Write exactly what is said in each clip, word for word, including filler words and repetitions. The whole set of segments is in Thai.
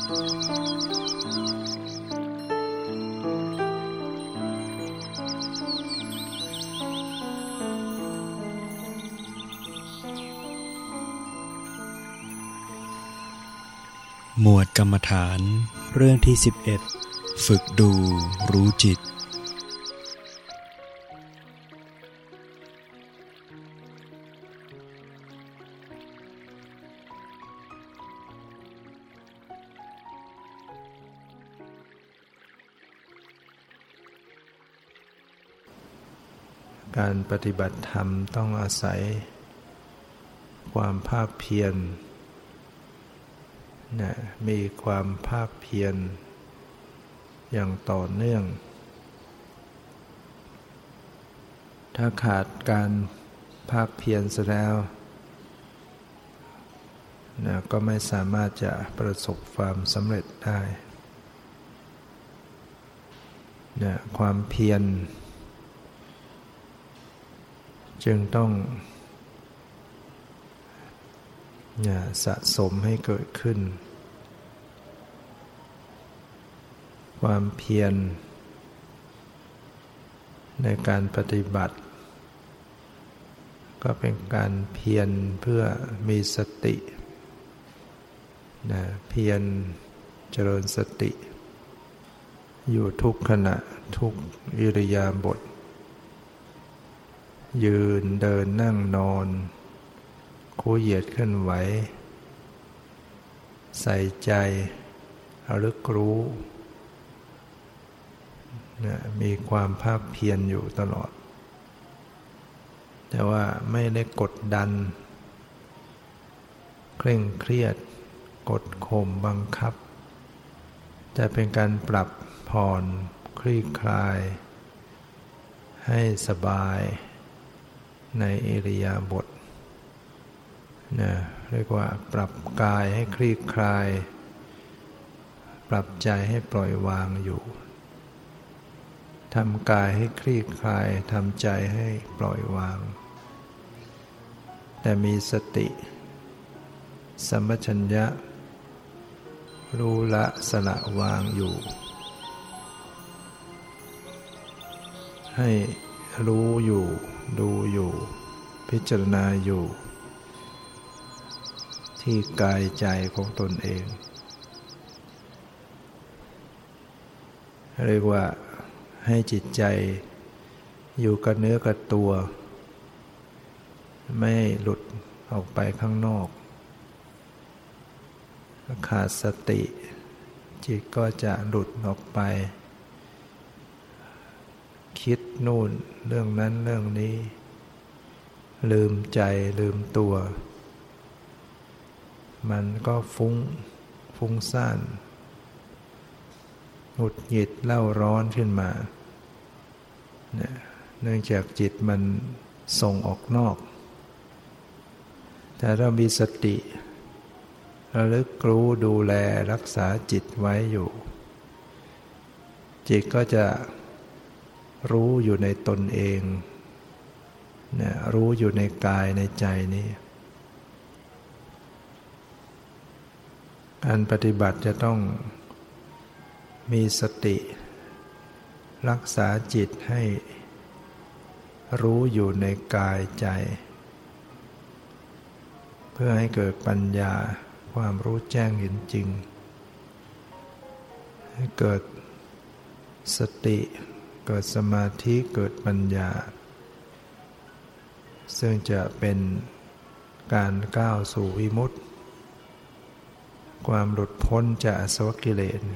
หมวดกรรมฐานเรื่องที่สิบเอ็ดฝึกดูรู้จิตการปฏิบัติธรรมต้องอาศัยความภาคเพียรนะมีความภาคเพียรอย่างต่อเนื่องถ้าขาดการภาคเพียรเสียแล้วนะก็ไม่สามารถจะประสบความสำเร็จได้นะความเพียรจึงต้องนะสะสมให้เกิดขึ้นความเพียรในการปฏิบัติก็เป็นการเพียรเพื่อมีสตินะเพียรเจริญสติอยู่ทุกขณะทุกอิริยาบถยืนเดินนั่งนอนคู่เหยียดเคลื่อนไหวใส่ใจระลึกรู้นะมีความภาคเพียรอยู่ตลอดแต่ว่าไม่ได้กดดันเคร่งเครียดกดข่มบังคับแต่เป็นการปรับผ่อนคลี่คลายให้สบายในอิริยาบถนะเรียกว่าปรับกายให้คลี่คลายปรับใจให้ปล่อยวางอยู่ทำกายให้คลี่คลายทำใจให้ปล่อยวางแต่มีสติสัมปชัญญะรู้ละสละวางอยู่ให้รู้อยู่ดูอยู่พิจารณาอยู่ที่กายใจของตนเองเรียกว่าให้จิตใจอยู่กับเนื้อกับตัวไม่หลุดออกไปข้างนอกขาดสติจิตก็จะหลุดออกไปคิดนู่นเรื่องนั้นเรื่องนี้ลืมใจลืมตัวมันก็ฟุ้งฟุ้งซ่านหงุดหงิดเล่าร้อนขึ้นมาเนื่องจากจิตมันส่งออกนอกแต่เรามีสติระลึกรู้ดูแลรักษาจิตไว้อยู่จิตก็จะรู้อยู่ในตนเองนะรู้อยู่ในกายในใจนี้การปฏิบัติจะต้องมีสติรักษาจิตให้รู้อยู่ในกายใจเพื่อให้เกิดปัญญาความรู้แจ้งเห็นจริงให้เกิดสติเกิดสมาธิเกิดปัญญาซึ่งจะเป็นการก้าวสู่วิมุตติความหลุดพ้นจากอาสวะกิเลส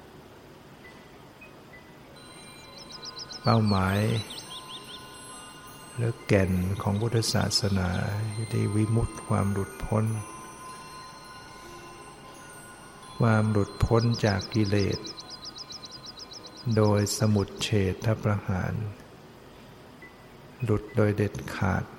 เป้าหมายหรือแก่นของพุทธศาสนาที่วิมุตติความหลุดพ้นความหลุดพ้นจากกิเลสโดยสมุจเฉทประหารหลุดโดยเด็ดขาด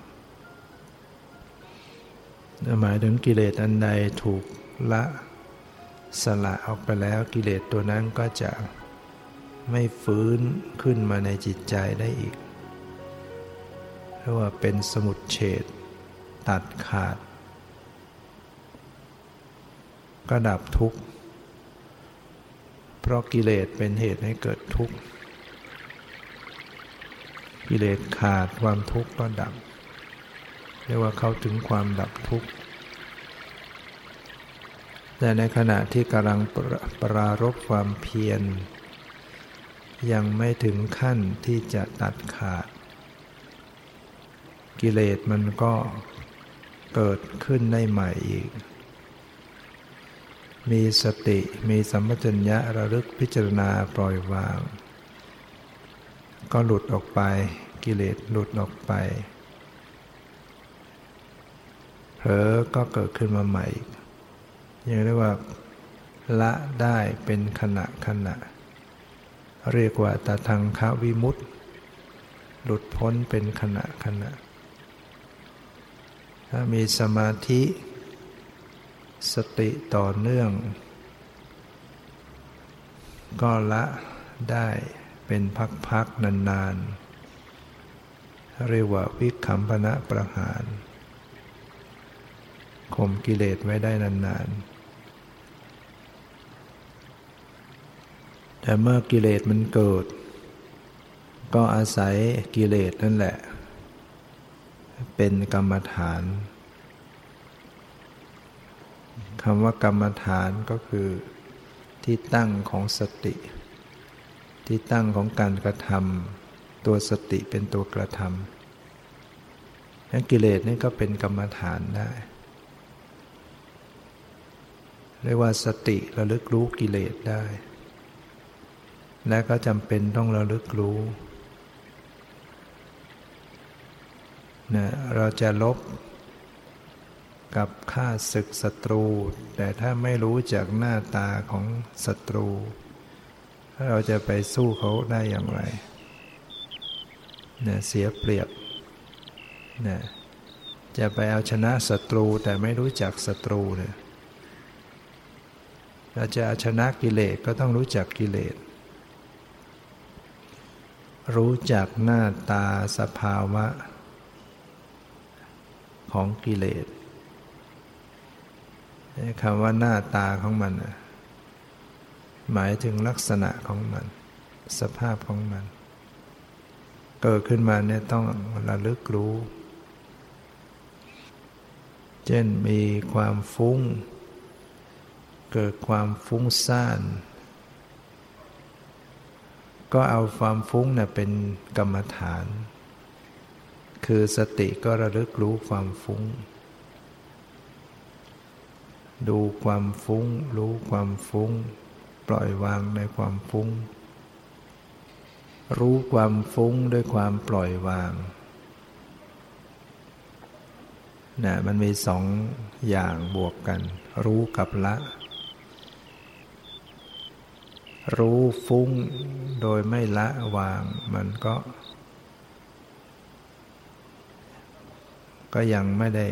หมายถึงกิเลสอันใดถูกละสละออกไปแล้วกิเลสตัวนั้นก็จะไม่ฟื้นขึ้นมาในจิตใจได้อีกเรียกว่าเป็นสมุจเฉทตัดขาดก็ดับทุกข์เพราะกิเลสเป็นเหตุให้เกิดทุกข์กิเลสขาดความทุกข์ก็ดับเรียกว่าเข้าถึงความดับทุกข์แต่ในขณะที่กำลังปรารภความเพียรยังไม่ถึงขั้นที่จะตัดขาดกิเลสมันก็เกิดขึ้นได้ใหม่อีกมีสติมีสัมปชัญญะระลึกพิจารณาปล่อยวางก็หลุดออกไปกิเลสหลุดออกไปเผลอก็เกิดขึ้นมาใหม่อย่างเรียกว่าละได้เป็นขณะขณะเรียกว่าตทังควิมุตติหลุดพ้นเป็นขณะขณะถ้ามีสมาธิสติต่อเนื่องก็ละได้เป็นพักๆนานๆเรียกว่าวิคัมภนประหารข่มกิเลสไว้ได้นานๆแต่เมื่อกิเลสมันเกิดก็อาศัยกิเลสนั่นแหละเป็นกรรมฐานคำว่ากรรมฐานก็คือที่ตั้งของสติที่ตั้งของการกระทำตัวสติเป็นตัวกระทำนั้นกิเลสนี่ก็เป็นกรรมฐานได้เรียกว่าสติระลึกรู้กิเลสได้และก็จำเป็นต้องระลึกรู้นะเราจะลบกับฆ่าศึกศัตรูแต่ถ้าไม่รู้จากหน้าตาของศัตรูเราจะไปสู้เขาได้อย่างไรเนี่ยเสียเปรียบเนี่ยจะไปเอาชนะศัตรูแต่ไม่รู้จักศัตรูเนี่ยเราจะเอาชนะกิเลสก็ต้องรู้จักกิเลสรู้จักหน้าตาสภาวะของกิเลสคำว่าหน้าตาของมันหมายถึงลักษณะของมันสภาพของมันเกิดขึ้นมาเนี่ยต้องระลึกรู้เช่นมีความฟุ้งเกิดความฟุ้งซ่านก็เอาความฟุ้งเนี่ยเป็นกรรมฐานคือสติก็ระลึกรู้ความฟุ้งดูความฟุ้งรู้ความฟุ้งปล่อยวางในความฟุ้งรู้ความฟุ้งด้วยความปล่อยวางนะมันมีสองอย่างบวกกันรู้กับละรู้ฟุ้งโดยไม่ละวางมันก็ก็ยังไม่ได้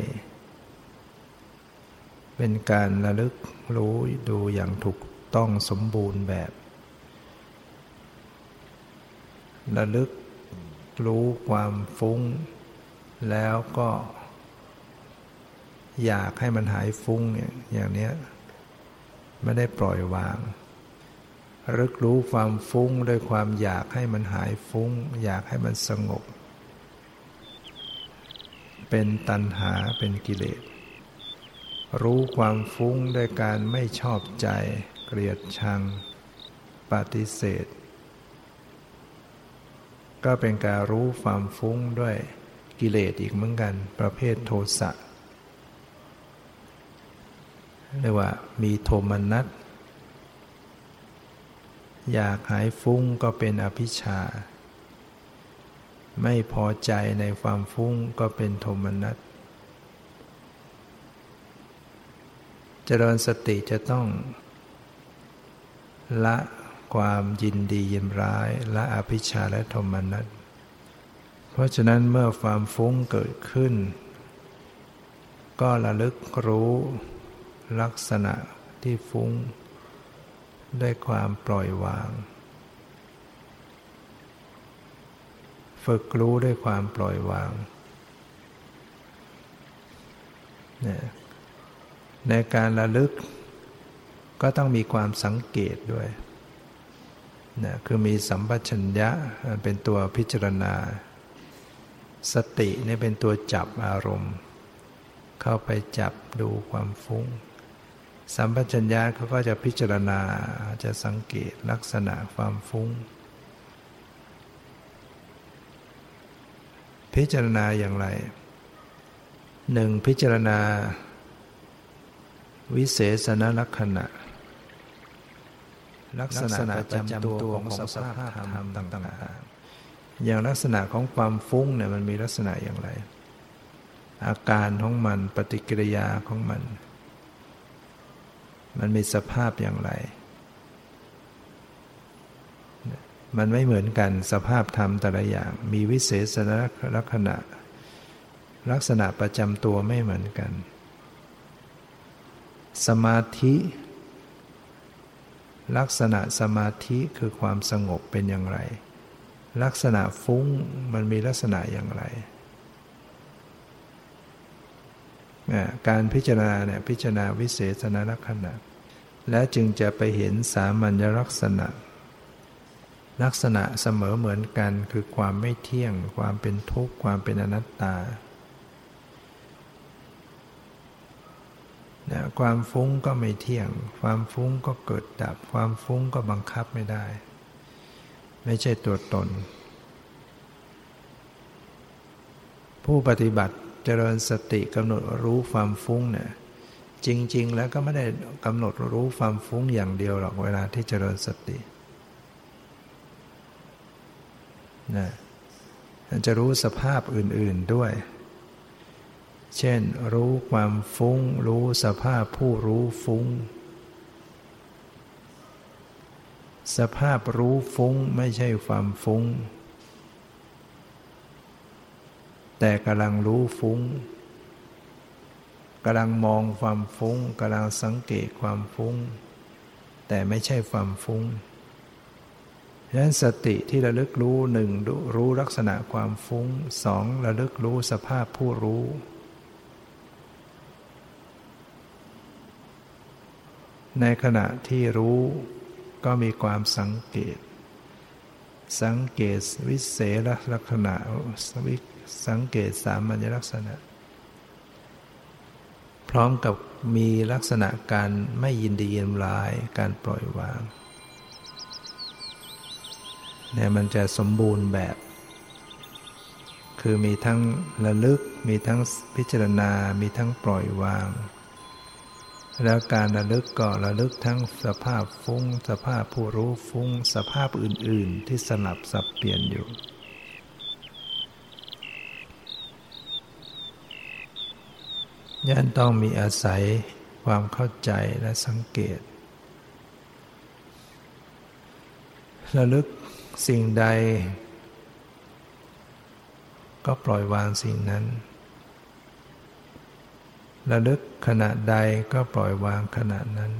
เป็นการระลึกรู้ดูอย่างถูกต้องสมบูรณ์แบบระลึกรู้ความฟุ้งแล้วก็อยากให้มันหายฟุ้งอย่างนี้ไม่ได้ปล่อยวางระลึกรู้ความฟุ้งด้วยความอยากให้มันหายฟุ้งอยากให้มันสงบเป็นตัณหาเป็นกิเลสรู้ความฟุ้งด้วยการไม่ชอบใจเกลียดชังปฏิเสธก็เป็นการรู้ความฟุ้งด้วยกิเลสอีกเหมือนกันประเภทโทสะเรียกว่ามีโทมนัสอยากหายฟุ้งก็เป็นอภิชฌาไม่พอใจในความฟุ้งก็เป็นโทมนัสเจริญสติจะต้องละความยินดียินร้ายละอภิชฌาและโทมนัสเพราะฉะนั้นเมื่อความฟุ้งเกิดขึ้นก็ระลึกรู้ลักษณะที่ฟุ้งด้วยความปล่อยวางฝึกรู้ด้วยความปล่อยวางเนี่ยในการระลึกก็ต้องมีความสังเกตด้วยนะคือมีสัมปชัญญะเป็นตัวพิจารณาสตินี่เป็นตัวจับอารมณ์เข้าไปจับดูความฟุ้งสัมปชัญญะเขาก็จะพิจารณาจะสังเกตลักษณะความฟุ้งพิจารณาอย่างไรหนึ่งพิจารณาวิเศษณลักษณะลักษณะประจำตัวของสภาพธรรมต่างๆอย่างลักษณะของความฟุ้งเนี่ยมันมีลักษณะอย่างไรอาการของมันปฏิกิริยาของมันมันมีสภาพอย่างไรมันไม่เหมือนกันสภาพธรรมแต่ละอย่างมีวิเศษณลักษณะลักษณะประจำตัวไม่เหมือนกันสมาธิลักษณะสมาธิคือความสงบเป็นอย่างไรลักษณะฟุ้งมันมีลักษณะอย่างไรการพิจารณาเนี่ยพิจารณาวิเศษณลักษณะและจึงจะไปเห็นสามัญลักษณะลักษณะเสมอเหมือนกันคือความไม่เที่ยงความเป็นทุกข์ความเป็นอนัตตาความฟุ้งก็ไม่เที่ยงความฟุ้งก็เกิดดับความฟุ้งก็บังคับไม่ได้ไม่ใช่ตัวตนผู้ปฏิบัติเจริญสติกำหนดรู้ความฟุ้งเนี่ยจริงๆแล้วก็ไม่ได้กำหนดรู้ความฟุ้งอย่างเดียวหรอกเวลาที่เจริญสตินะจะรู้สภาพอื่นๆด้วยเช่นรู้ความฟุ้งรู้สภาพผู้รู้ฟุ้งสภาพรู้ฟุ้งไม่ใช่ความฟุ้งแต่กำลังรู้ฟุ้งกำลังมองความฟุ้งกำลังสังเกตความฟุ้งแต่ไม่ใช่ความฟุ้งฉะนั้นสติที่ระลึกรู้หนึ่งรู้ลักษณะความฟุ้งสองระลึกรู้สภาพผู้รู้ในขณะที่รู้ก็มีความสังเกตสังเกตวิเศษลักษณะสังเกตสามัญลักษณะพร้อมกับมีลักษณะการไม่ยินดียินร้ายการปล่อยวางเนี่ยมันจะสมบูรณ์แบบคือมีทั้งระลึกมีทั้งพิจารณามีทั้งปล่อยวางแล้วการระลึกก็ระลึกทั้งสภาพฟุ้งสภาพผู้รู้ฟุ้งสภาพอื่นๆที่สลับสับเปลี่ยนอยู่ย่านต้องมีอาศัยความเข้าใจและสังเกตระลึกสิ่งใดก็ปล่อยวางสิ่งนั้นระลึกขณะใดก็ปล่อยวางขณะนั้น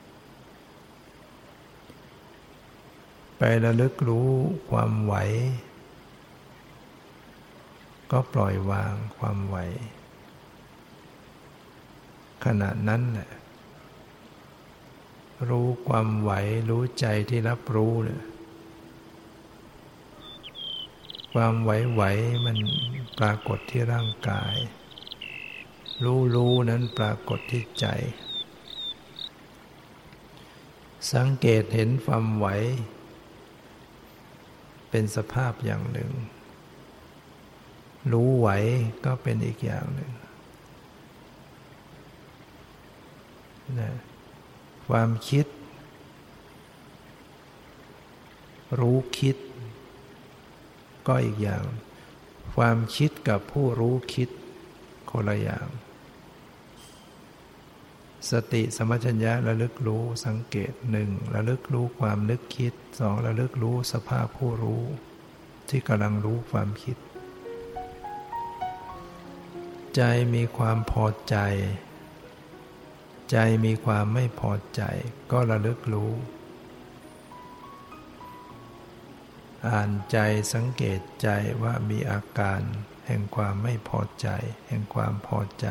ไประลึกรู้ความไหวก็ปล่อยวางความไหวขณะนั้นแหละรู้ความไหวรู้ใจที่รับรู้เนี่ยความไหวๆมันปรากฏที่ร่างกายรู้รู้นั้นปรากฏที่ใจสังเกตเห็นความไหวเป็นสภาพอย่างหนึ่งรู้ไหวก็เป็นอีกอย่างหนึ่งนะความคิดรู้คิดก็อีกอย่างความคิดกับผู้รู้คิดคนละอย่างสติสัมปชัญญะระลึกรู้สังเกตหนึ่งระลึกรู้ความนึกคิดสองระลึกรู้สภาพผู้รู้ที่กำลังรู้ความคิดใจมีความพอใจใจมีความไม่พอใจก็ระลึกรู้อ่านใจสังเกตใจว่ามีอาการแห่งความไม่พอใจแห่งความพอใจ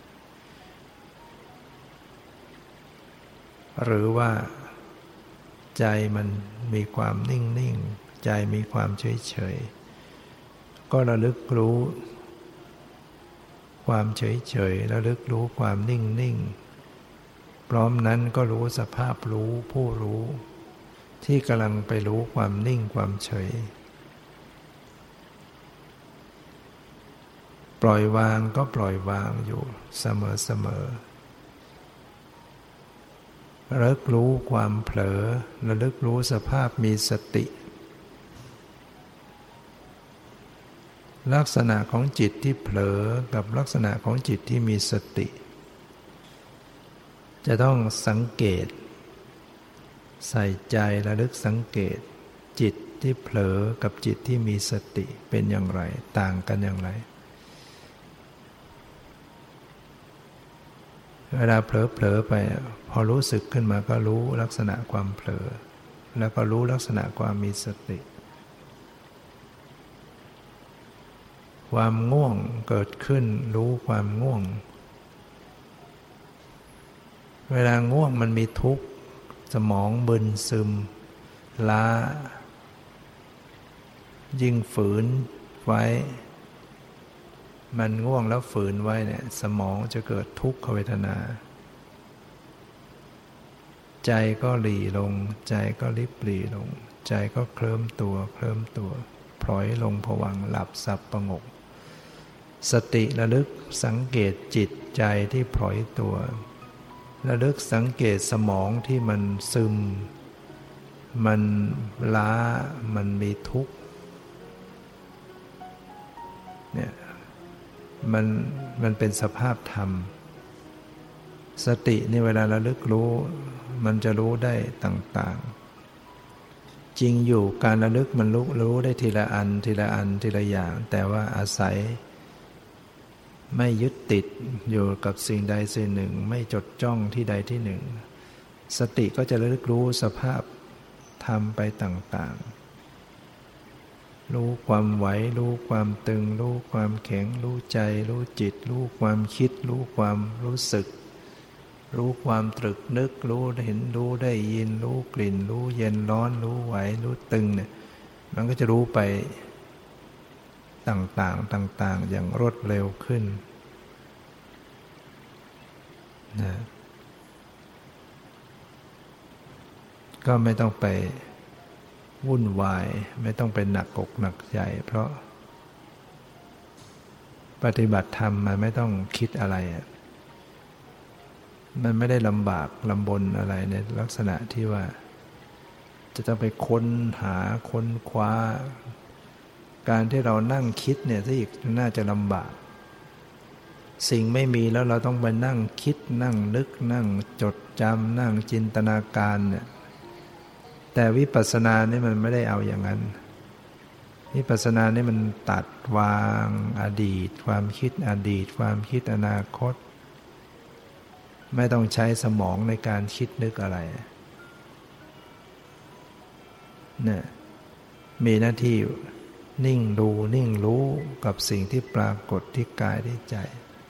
หรือว่าใจมันมีความนิ่งๆใจมีความเฉยๆก็ระลึกรู้ความเฉยๆระลึกรู้ความนิ่งๆพร้อมนั้นก็รู้สภาพรู้ผู้รู้ที่กำลังไปรู้ความนิ่งความเฉยปล่อยวางก็ปล่อยวางอยู่เสมอๆระลึกรู้ความเผลอระลึกรู้สภาพมีสติลักษณะของจิตที่เผลอกับลักษณะของจิตที่มีสติจะต้องสังเกตใส่ใจระลึกสังเกตจิตที่เผลอกับจิตที่มีสติเป็นอย่างไรต่างกันอย่างไรเวลาเผลอๆไปพอรู้สึกขึ้นมาก็รู้ลักษณะความเผลอแล้วก็รู้ลักษณะความมีสติความง่วงเกิดขึ้นรู้ความง่วงเวลาง่วงมันมีทุกข์สมองบึนซึมล้ายิ่งฝืนไว้มันง่วงแล้วฝืนไว้เนี่ยสมองจะเกิดทุกขเวทนาใจก็หลีลงใจก็ลิบหลีลงใจก็เคลิ้มตัวเคลิ้มตัวพลอยลงผวังค์หลับสับประงกสติระลึกสังเกตจิตใจที่พลอยตัวระลึกสังเกตสมองที่มันซึมมันล้ามันมีทุกข์เนี่ยมันมันเป็นสภาพธรรมสตินี่เวลาระลึกรู้มันจะรู้ได้ต่างๆจริงอยู่การระลึกมันรู้รู้ได้ทีละอันทีละอันทีละอย่างแต่ว่าอาศัยไม่ยึดติดอยู่กับสิ่งใดสิ่งหนึ่งไม่จดจ้องที่ใดที่หนึ่งสติก็จะระลึกรู้สภาพธรรมไปต่างๆรู้ความไหวรู้ความตึงรู้ความแข็งรู้ใจรู้จิตรู้ความคิดรู้ความรู้สึกรู้ความตรึกนึกรู้เห็นรู้ได้ยินรู้กลิ่นรู้เย็นร้อนรู้ไหวรู้ตึงเนี่ยมันก็จะรู้ไปต่างๆต่างๆอย่างรวดเร็วขึ้นนะก็ไม่ต้องไปวุ่นวายไม่ต้องไปหนักอกหนักใจเพราะปฏิบัติธรรมมันไม่ต้องคิดอะไรมันไม่ได้ลำบากลำบนอะไรในลักษณะที่ว่าจะต้องไปค้นหาค้นคว้าการที่เรานั่งคิดเนี่ยที่อีกน่าจะลำบากสิ่งไม่มีแล้วเราต้องไปนั่งคิดนั่งนึกนั่งจดจำนั่งจินตนาการเนี่ยแต่วิปัสสนานี่มันไม่ได้เอาอย่างนั้นวิปัสสนานี่มันตัดวางอดีตความคิดอดีตความคิดอนาคตไม่ต้องใช้สมองในการคิดนึกอะไรเนี่ยมีหน้าที่นิ่งดูนิ่งรู้กับสิ่งที่ปรากฏที่กายที่ใจ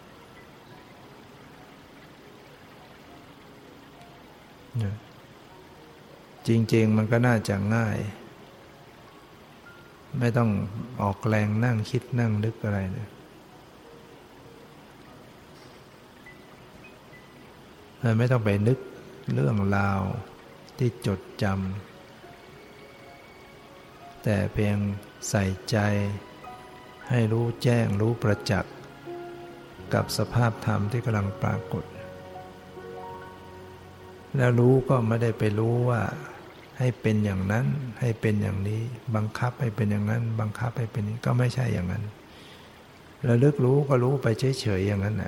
จริงๆมันก็น่าจะง่ายไม่ต้องออกแรงนั่งคิดนั่งนึกอะไรเลยไม่ต้องไปนึกเรื่องราวที่จดจำแต่เพียงใส่ใจให้รู้แจ้งรู้ประจักษ์กับสภาพธรรมที่กำลังปรากฏแล้วรู้ก็ไม่ได้ไปรู้ว่าให้เป็นอย่างนั้นให้เป็นอย่างนี้บังคับให้เป็นอย่างนั้นบังคับให้เป็นนี้ก็ไม่ใช่อย่างนั้นระลึกรู้ก็รู้ไปเฉยๆอย่างนั้นน่ะ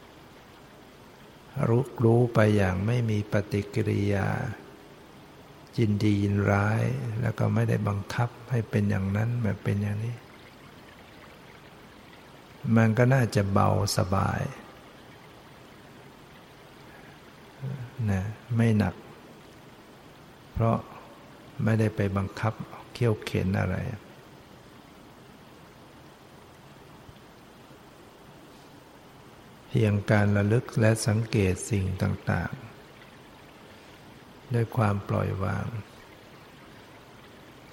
รู้รู้ไปอย่างไม่มีปฏิกิริยายินดียินร้ายแล้วก็ไม่ได้บังคับให้เป็นอย่างนั้นแบบเป็นอย่างนี้มันก็น่าจะเบาสบายนะไม่หนักเพราะไม่ได้ไปบังคับเขี่ยวเข็นอะไรเพียงการระลึกและสังเกตสิ่งต่างๆด้วยความปล่อยวาง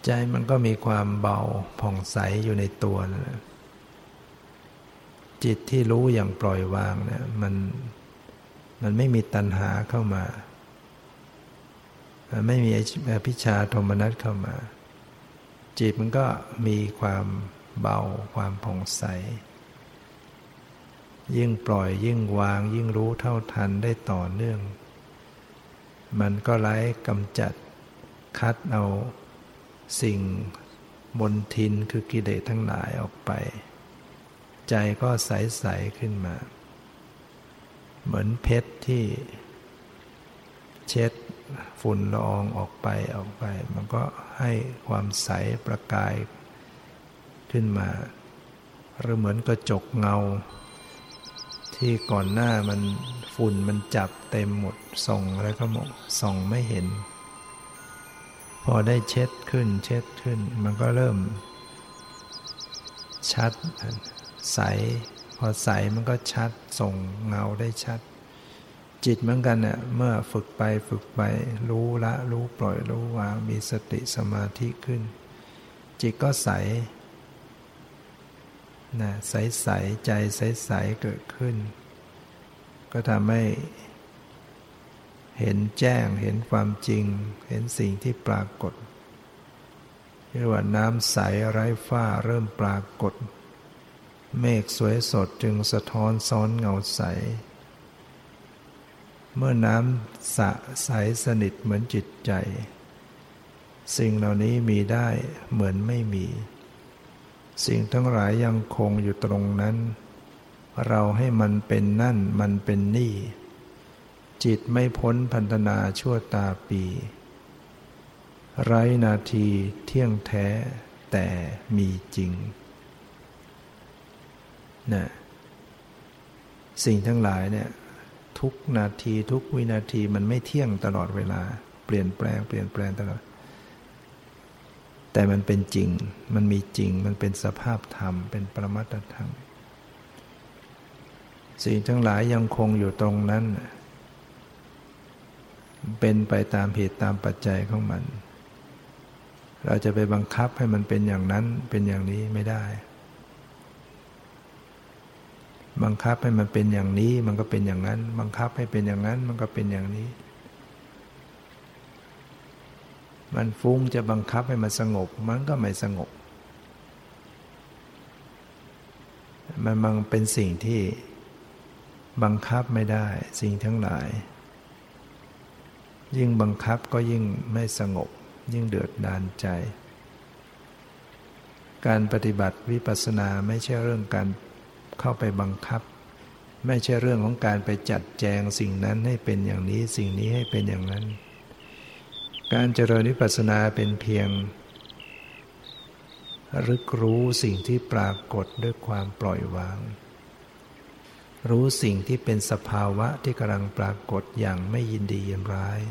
ใจมันก็มีความเบาผ่องใสอยู่ในตัวนะจิตที่รู้อย่างปล่อยวางเนี่ยมันมันไม่มีตัณหาเข้ามามันไม่มีอภิชาโทมนัสเข้ามาจิตมันก็มีความเบาความผ่องใสยิ่งปล่อยยิ่งวางยิ่งรู้เท่าทันได้ต่อเนื่องมันก็ไล่กำจัดคัดเอาสิ่งมลทินคือกิเลสทั้งหลายออกไปใจก็ใสๆขึ้นมาเหมือนเพชรที่เช็ดฝุ่นละอองออกไปออกไปมันก็ให้ความใสประกายขึ้นมาหรือเหมือนกระจกเงาที่ก่อนหน้ามันฝุ่นมันจับเต็มหมดส่องแล้วก็มองส่องไม่เห็นพอได้เช็ดขึ้นเช็ดขึ้นมันก็เริ่มชัดใสพอใสมันก็ชัดส่งเงาได้ชัดจิตเหมือนกันเนี่ยเมื่อฝึกไปฝึกไปรู้ละรู้ปล่อยรู้วางมีสติสมาธิขึ้นจิตก็ใสนะใสใสใจใสใสเกิดขึ้นก็ทำให้เห็นแจ้งเห็นความจริงเห็นสิ่งที่ปรากฏเรียกว่าน้ำใสไร้ฝ้าเริ่มปรากฏเมฆสวยสดจึงสะท้อนซ้อนเงาใสเมื่อน้ำสะใสสนิทเหมือนจิตใจสิ่งเหล่านี้มีได้เหมือนไม่มีสิ่งทั้งหลายยังคงอยู่ตรงนั้นเราให้มันเป็นนั่นมันเป็นนี่จิตไม่พ้นพันธนาชั่วตาปีไร้นาทีเที่ยงแท้แต่มีจริงนะสิ่งทั้งหลายเนี่ยทุกนาทีทุกวินาทีมันไม่เที่ยงตลอดเวลาเปลี่ยนแปลงเปลี่ยนแปลงตลอดแต่มันเป็นจริงมันมีจริงมันเป็นสภาพธรรมเป็นปรมัตถธรรมสิ่งทั้งหลายยังคงอยู่ตรงนั้นเป็นไปตามเหตุตามปัจจัยของมันเราจะไปบังคับให้มันเป็นอย่างนั้นเป็นอย่างนี้ไม่ได้บังคับให้มันเป็นอย่างนี้มันก็เป็นอย่างนั้นบังคับให้เป็นอย่างนั้นมันก็เป็นอย่างนี้มันฟุ้งจะบังคับให้มันสงบมันก็ไม่สงบมันมันเป็นสิ่งที่บังคับไม่ได้สิ่งทั้งหลายยิ่งบังคับก็ยิ่งไม่สงบยิ่งเดือดดาลใจการปฏิบัติวิปัสสนาไม่ใช่เรื่องการเข้าไปบังคับไม่ใช่เรื่องของการไปจัดแจงสิ่งนั้นให้เป็นอย่างนี้สิ่งนี้ให้เป็นอย่างนั้นการเจริญวิปัสสนาเป็นเพียงรึกรู้สิ่งที่ปรากฏด้วยความปล่อยวางรู้สิ่งที่เป็นสภาวะที่กำลังปรากฏอย่างไม่ยินดียินร้าย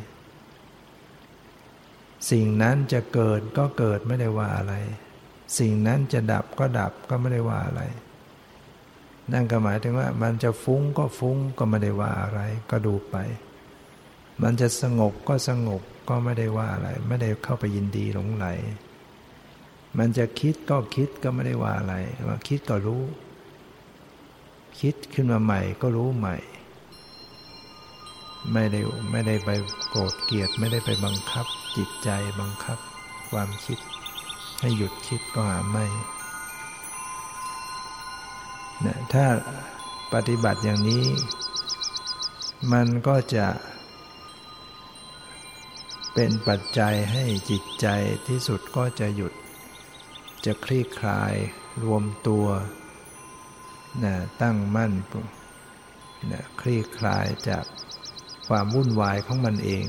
สิ่งนั้นจะเกิดก็เกิดไม่ได้ว่าอะไรสิ่งนั้นจะดับก็ดับก็ไม่ได้ว่าอะไรนั่นก็หมายถึงว่ามันจะฟุ้งก็ฟุ้งก็ไม่ได้ว่าอะไรก็ดูไปมันจะสงบก็สงบก็ไม่ได้ว่าอะไรไม่ได้เข้าไปยินดีหลงไหลมันจะคิดก็คิดก็ไม่ได้ว่าอะไรว่าคิดก็รู้คิดขึ้นมาใหม่ก็รู้ใหม่ไม่ได้ไม่ได้ไปโกรธเกลียดไม่ได้ไปบังคับจิตใจบังคับความคิดให้หยุดคิดก็หาไม่นะถ้าปฏิบัติอย่างนี้มันก็จะเป็นปัจจัยให้จิตใจที่สุดก็จะหยุดจะคลี่คลายรวมตัวนะตั้งมั่นนะคลี่คลายจากความวุ่นวายของมันเอง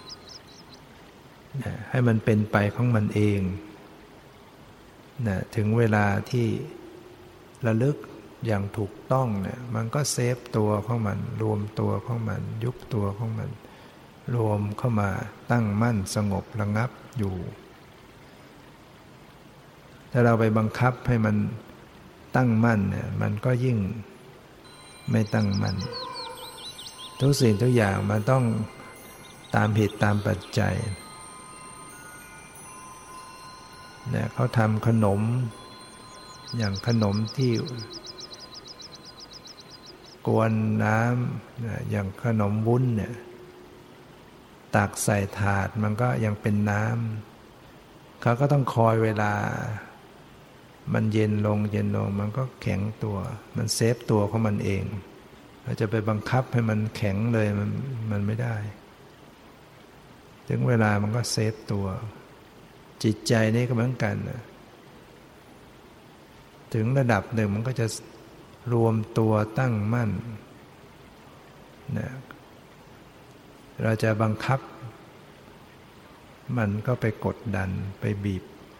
นะให้มันเป็นไปของมันเองนะถึงเวลาที่ระลึกอย่างถูกต้องเนี่ยมันก็เซฟตัวของมันรวมตัวของมันยุบตัวของมันรวมเข้ามาตั้งมั่นสงบระงับอยู่ถ้าเราไปบังคับให้มันตั้งมั่นเนี่ยมันก็ยิ่งไม่ตั้งมั่นทุกสิ่งทุกอย่างมันต้องตามเหตุตามปัจจัยเนี่ยเขาทำขนมอย่างขนมที่กวนน้ำอย่างขนมวุ้นเนี่ยตักใส่ถาดมันก็ยังเป็นน้ำเขาก็ต้องคอยเวลามันเย็นลงเย็นลงมันก็แข็งตัวมันเซฟตัวของมันเองเราจะไปบังคับให้มันแข็งเลยมันมันไม่ได้ถึงเวลามันก็เซฟตัวจิตใจนี่ก็เหมือนกันนะถึงระดับหนึ่งมันก็จะรวมตัวตั้งมั่นนะเราจะบังคับมันก็ไปกดดันไปบีบ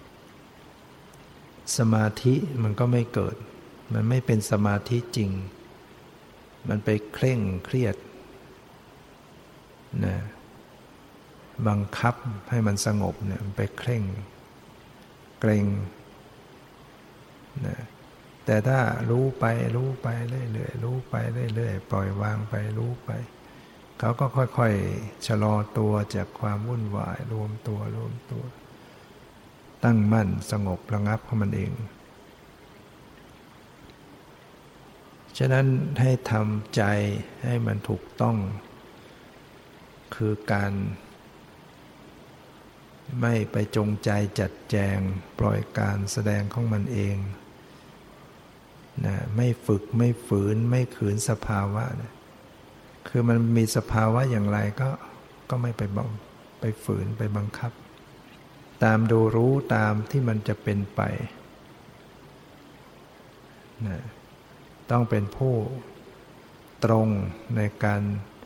สมาธิมันก็ไม่เกิดมันไม่เป็นสมาธิจริงมันไปเคร่งเครียดนะบังคับให้มันสงบเนี่ยมันไปเคร่งเกรงนะแต่ถ้ารู้ไปรู้ไปเรื่อยๆรู้ไปเรื่อยๆปล่อยวางไปรู้ไปเขาก็ค่อยๆชะลอตัวจากความวุ่นวายรวมตัวรวมตัวตั้งมั่นสงบระงับของมันเองฉะนั้นให้ทำใจให้มันถูกต้องคือการไม่ไปจงใจจัดแจงปล่อยการแสดงของมันเองนะไม่ฝึกไม่ฝืนไม่ขืนสภาวะนะคือมันมีสภาวะอย่างไรก็ก็ไม่ไปบังไปฝืนไปบังคับตามดูรู้ตามที่มันจะเป็นไปนะต้องเป็นผู้ตรงในการ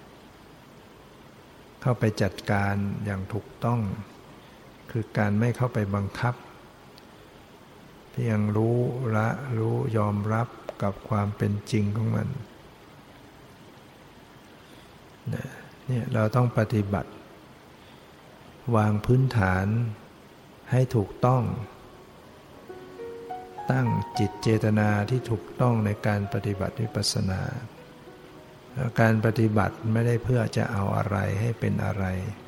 เข้าไปจัดการอย่างถูกต้องคือการไม่เข้าไปบังคับเพียงรู้ละรู้ยอมรับกับความเป็นจริงของมันเนี่ยเราต้องปฏิบัติวางพื้นฐานให้ถูกต้องตั้งจิตเจตนาที่ถูกต้องในการปฏิบัติวิปัสสนาการปฏิบัติไม่ได้เพื่อจะเอาอะไรให้เป็นอะไร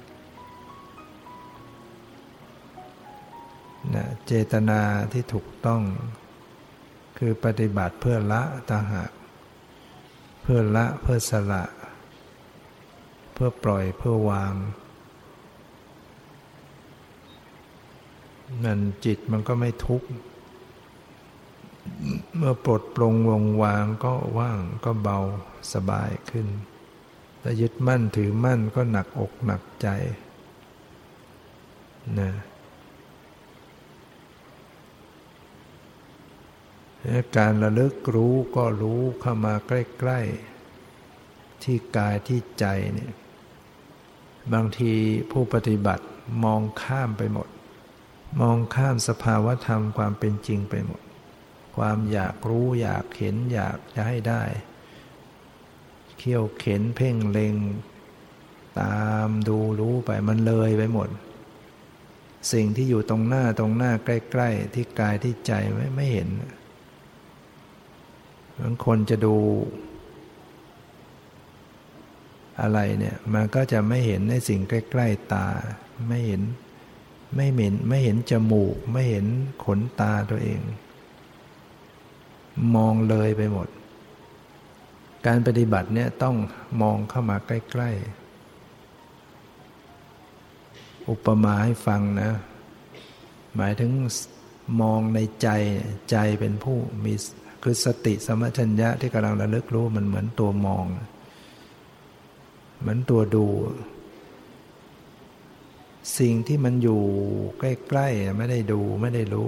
นะเจตนาที่ถูกต้องคือปฏิบัติเพื่อละต่างหากเพื่อละเพื่อสละเพื่อปล่อยเพื่อวางนั่นจิตมันก็ไม่ทุกข์เมื่อปลดปลงวงวางก็ว่างก็เบาสบายขึ้นแต่ยึดมั่นถือมั่นก็หนักอกหนักใจนะการระลึกรู้ก็รู้เข้ามาใกล้ๆที่กายที่ใจเนี่ยบางทีผู้ปฏิบัติมองข้ามไปหมดมองข้ามสภาวะธรรมความเป็นจริงไปหมดความอยากรู้อยากเห็นอยากจะให้ได้เขี่ยวเข็นเพ่งเล็งตามดูรู้ไปมันเลยไปหมดสิ่งที่อยู่ตรงหน้าตรงหน้าใกล้ๆที่กายที่ใจไม่ไม่เห็นบางคนจะดูอะไรเนี่ยมันก็จะไม่เห็นในสิ่งใกล้ๆตาไม่เห็นไม่เห็นไม่เห็นจมูกไม่เห็นขนตาตัวเองมองเลยไปหมดการปฏิบัติเนี่ยต้องมองเข้ามาใกล้ๆอุปมาให้ฟังนะหมายถึงมองในใจใจเป็นผู้มีคือสติสัมปชัญญะที่กำลังระลึกรู้มันเหมือนตัวมองเหมือนตัวดูสิ่งที่มันอยู่ใกล้ๆไม่ได้ดูไม่ได้รู้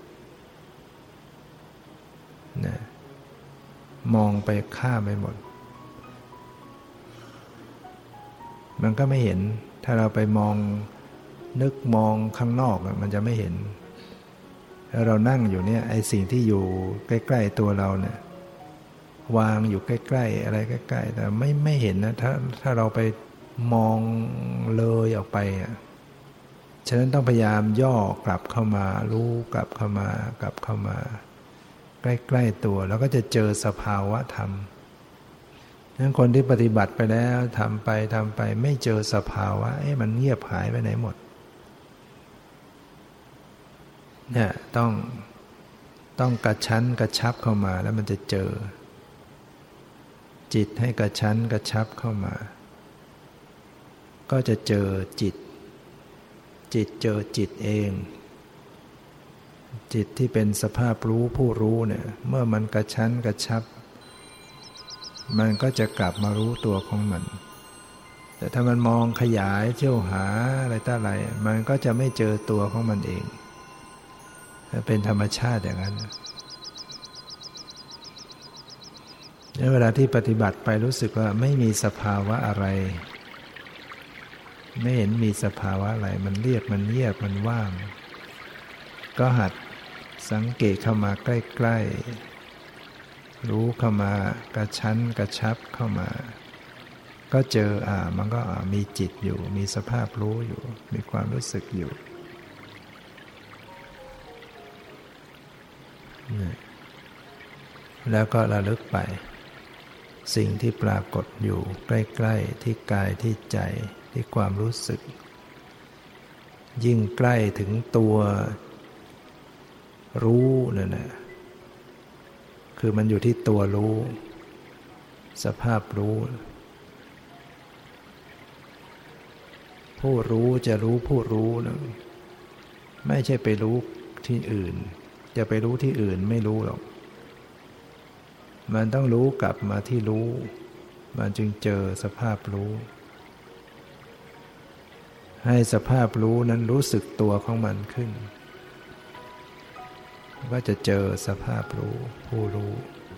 นะมองไปข้ามไปหมดมันก็ไม่เห็นถ้าเราไปมองนึกมองข้างนอกมันจะไม่เห็นแล้วเรานั่งอยู่เนี่ยไอ้สิ่งที่อยู่ใกล้ๆตัวเราเนี่ยวางอยู่ใกล้ๆอะไรใกล้ๆแต่ไม่ไม่เห็นนะถ้าถ้าเราไปมองเลยออกไปอ่ะฉะนั้นต้องพยายามย่อกลับเข้ามารู้กลับเข้ามากลับเข้ามาใกล้ๆตัวแล้วก็จะเจอสภาวะธรรมฉะนั้นคนที่ปฏิบัติไปแล้วทำไปทำไปไม่เจอสภาวะเอ๊ะมันเงียบหายไปไหนหมดเนี่ยต้องต้องกระชั้นกระชับเข้ามาแล้วมันจะเจอจิตให้กระชั้นกระชับเข้ามาก็จะเจอจิตจิตเจอจิตเองจิตที่เป็นสภาพรู้ผู้รู้เนี่ยเมื่อมันกระชั้นกระชับมันก็จะกลับมารู้ตัวของมันแต่ถ้ามันมองขยายเที่ยวหาอะไรต่ออะไรมันก็จะไม่เจอตัวของมันเองเป็นธรรมชาติอย่างนั้นเวลาที่ปฏิบัติไปรู้สึกว่าไม่มีสภาวะอะไรไม่เห็นมีสภาวะอะไรมันเรียบมันเงียบมันว่างก็หัดสังเกตเข้ามาใกล้ๆรู้เข้ามากระชั้นกระชับเข้ามาก็เจออ่ามันก็มีจิตอยู่มีสภาพรู้อยู่มีความรู้สึกอยู่แล้วก็ระลึกไปสิ่งที่ปรากฏอยู่ใกล้ๆที่กายที่ใจที่ความรู้สึกยิ่งใกล้ถึงตัวรู้นั่นแหละคือมันอยู่ที่ตัวรู้สภาพรู้ผู้รู้จะรู้ผู้รู้นะไม่ใช่ไปรู้ที่อื่นจะไปรู้ที่อื่นไม่รู้หรอกมันต้องรู้กลับมาที่รู้มันจึงเจอสภาพรู้ให้สภาพรู้นั้นรู้สึกตัวของมันขึ้นก็จะเจอสภาพรู้ผู้รู้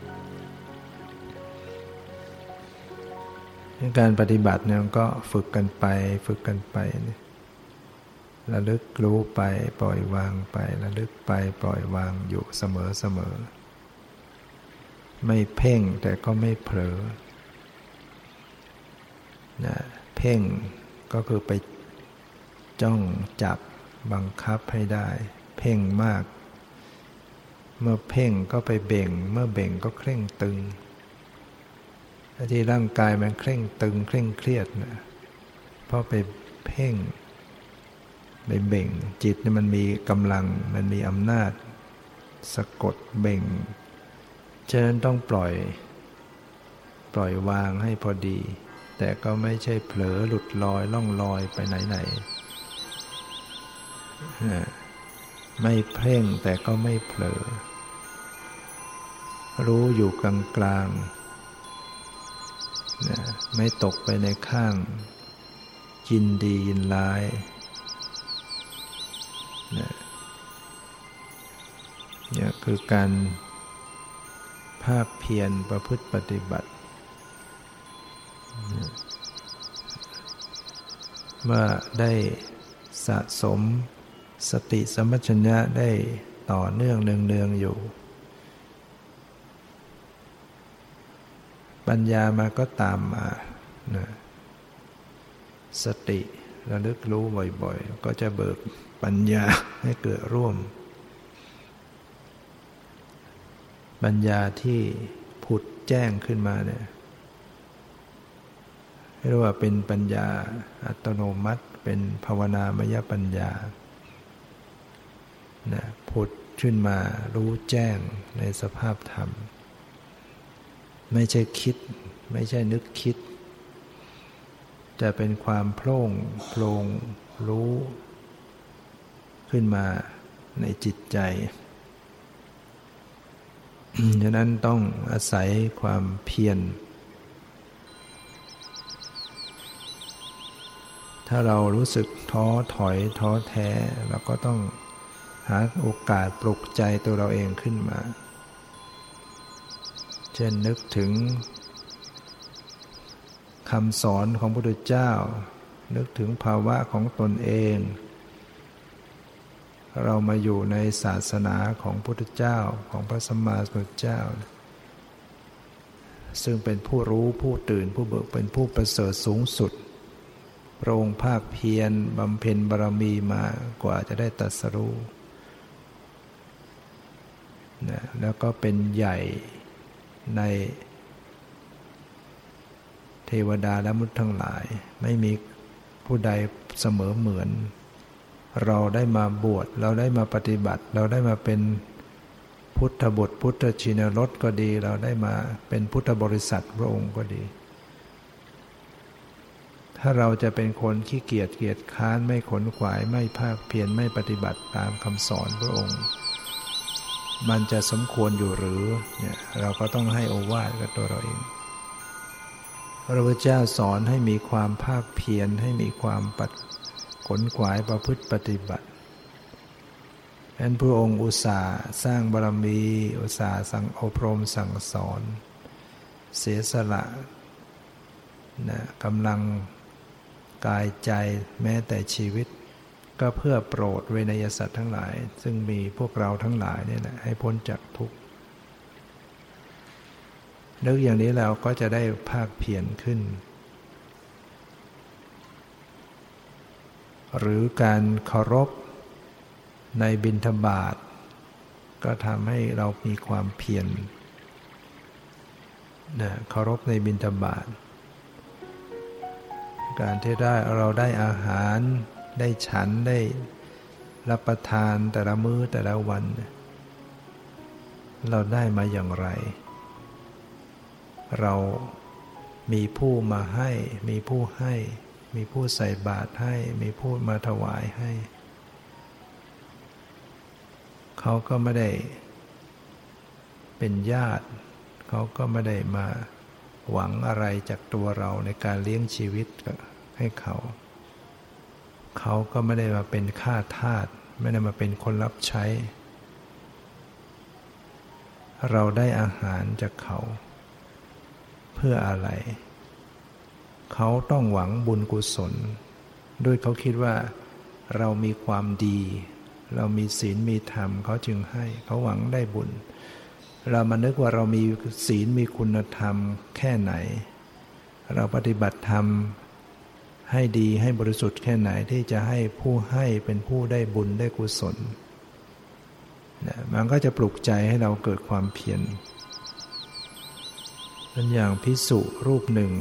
การปฏิบัติเนี่ยก็ฝึกกันไปฝึกกันไประลึกรู้ไปปล่อยวางไประลึกไปปล่อยวางอยู่เสมอเสมอไม่เพ่งแต่ก็ไม่เผลอนะเพ่งก็คือไปจ้องจับบังคับให้ได้เพ่งมากเมื่อเพ่งก็ไปเบ่งเมื่อเบ่งก็เคร่งตึงที่ร่างกายมันเคร่งตึงเคร่งเครียดนะเพราะไปเพ่งไปเบ่งจิตนี่มันมีกำลังมันมีอำนาจสะกดเบ่งฉะนั้นต้องปล่อยปล่อยวางให้พอดีแต่ก็ไม่ใช่เผลอหลุดลอยล่องลอยไปไหนๆไม่เพ่งแต่ก็ไม่เผลอรู้อยู่กลางๆนะไม่ตกไปในข้างยินดียินร้ายนะเนี่ยคือการภาคเพียรประพฤติปฏิบัติเมื่อได้สะสมสติสัมปชัญญะได้ต่อเนื่องเนืองๆอยู่ปัญญามาก็ตามมานะสติระลึกรู้บ่อยๆก็จะเบิกปัญญาให้เกิดร่วมปัญญาที่ผุดแจ้งขึ้นมาเนี่ยเรียกว่าเป็นปัญญาอัตโนมัติเป็นภาวนามยปัญญานะผุดขึ้นมารู้แจ้งในสภาพธรรมไม่ใช่คิดไม่ใช่นึกคิดจะเป็นความโพร่งโพร่งรู้ขึ้นมาในจิตใจฉะนั้นต้องอาศัยความเพียรถ้าเรารู้สึกท้อถอยท้อแท้เราก็ต้องหาโอกาสปลุกใจตัวเราเองขึ้นมาเช่นนึกถึงคำสอนของพระพุทธเจ้านึกถึงภาวะของตนเองเรามาอยู่ในศาสนาของพระพุทธเจ้าของพระสัมมาสัมพุทธเจ้าซึ่งเป็นผู้รู้ผู้ตื่นผู้เบิกเป็นผู้ประเสริฐสูงสุดพระองค์ภาคเพียรบำเพ็ญบารมีมากว่าจะได้ตรัสรู้นะแล้วก็เป็นใหญ่ในเทวดาและมนุษย์ทั้งหลายไม่มีผู้ใดเสมอเหมือนเราได้มาบวชเราได้มาปฏิบัติเราได้มาเป็นพุทธบุตรพุทธชินรสก็ดีเราได้มาเป็นพุทธบริษัทพระองค์ก็ดีถ้าเราจะเป็นคนขี้เกียจเกียจค้านไม่ขนขวายไม่ภาคเพียรไม่ปฏิบัติตามคำสอนพระองค์มันจะสมควรอยู่หรือเนี่ยเราก็ต้องให้โอวาทกับตัวเราเองพระพุทธเจ้าสอนให้มีความภาคเพียรให้มีความปัดขนขวายประพฤติปฏิบัติฉะนั้นพระองค์อุตส่าห์สร้างบารมีอุตส่าห์สั่งอบรมสั่งสอนเสียสละนะกำลังกายใจแม้แต่ชีวิตก็เพื่อโปรดเวนยสัตว์ทั้งหลายซึ่งมีพวกเราทั้งหลายเนี่ยแหละให้พ้นจากทุกข์นึกอย่างนี้เราก็จะได้ภาคเพียรขึ้นหรือการเคารพในบิณฑบาตก็ทำให้เรามีความเพียรนะเคารพในบิณฑบาตการที่ได้เราได้อาหารได้ฉันได้รับประทานแต่ละมื้อแต่ละวันเราได้มาอย่างไรเรามีผู้มาให้มีผู้ให้มีผู้ใส่บาตรให้มีผู้มาถวายให้เขาก็ไม่ได้เป็นญาติเขาก็ไม่ได้มาหวังอะไรจากตัวเราในการเลี้ยงชีวิตให้เขาเขาก็ไม่ได้มาเป็นข้าทาสไม่ได้มาเป็นคนรับใช้เราได้อาหารจากเขาเพื่ออะไรเขาต้องหวังบุญกุศลด้วยเขาคิดว่าเรามีความดีเรามีศีลมีธรรมเขาจึงให้เขาหวังได้บุญเรามานึกว่าเรามีศีลมีคุณธรรมแค่ไหนเราปฏิบัติธรรมให้ดีให้บริสุทธิ์แค่ไหนที่จะให้ผู้ให้เป็นผู้ได้บุญได้กุศลนะมันก็จะปลุกใจให้เราเกิดความเพียรเป็นอย่างภิกษุรูปหนึ่ง